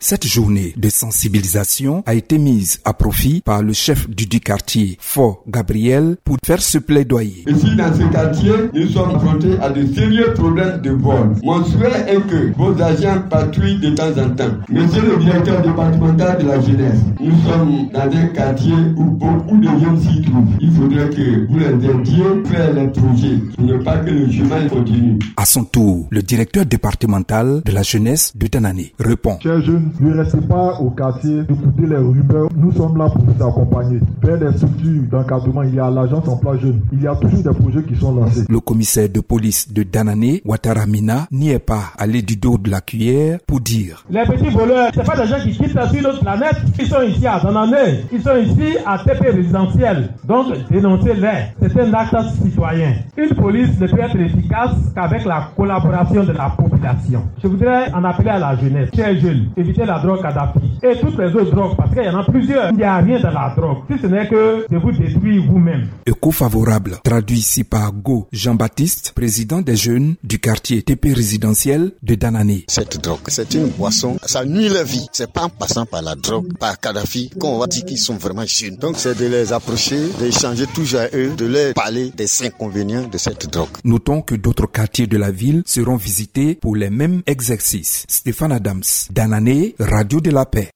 Cette journée de sensibilisation a été mise à profit par le chef du quartier, Fort Gabriel, pour faire ce plaidoyer. Ici, dans ce quartier, nous sommes confrontés à de sérieux problèmes de vol. Mon souhait est que vos agents patrouillent de temps en temps. Monsieur le directeur départemental de la jeunesse, nous sommes dans un quartier où beaucoup de jeunes s'y trouvent. Il faudrait que vous les aidiez à faire les projets pour ne pas que le chemin continue. À son tour, le directeur départemental de la jeunesse de Danané répond. Chers jeunes, ne restez pas au quartier, écoutez les rumeurs. Nous sommes là pour vous accompagner. Vers des structures d'encadrement, il y a l'agence emploi jeune. Il y a toujours des projets qui sont lancés. Le commissaire de police de Danané, Ouattara Mina, n'y est pas allé du dos de la cuillère pour dire. Les petits voleurs, c'est pas des gens qui quittent sur notre planète. Ils sont ici à Danané. Ils sont ici à TP résidentiel. Donc, dénoncez-les. C'est un acte citoyen. Une police ne peut être efficace qu'avec la collaboration de la population. Je voudrais en appeler à la jeunesse. Chers jeunes, évitez la drogue Kadhafi et toutes les autres drogues parce qu'il y en a plusieurs. Il n'y a rien dans la drogue. Si ce n'est que de vous détruire vous-même. Éco-favorable, traduit ici par Go Jean-Baptiste, président des jeunes du quartier TP résidentiel de Danané. Cette drogue, c'est une boisson, ça nuit la vie. C'est pas en passant par la drogue, par Kadhafi, qu'on va dire qu'ils sont vraiment jeunes. Donc c'est de les approcher, d'échanger toujours à eux, de leur parler des inconvénients de cette drogue. Notons que d'autres quartiers de la ville seront visités pour les mêmes exercices. Stéphane Adams, Danané, Radio de la Paix.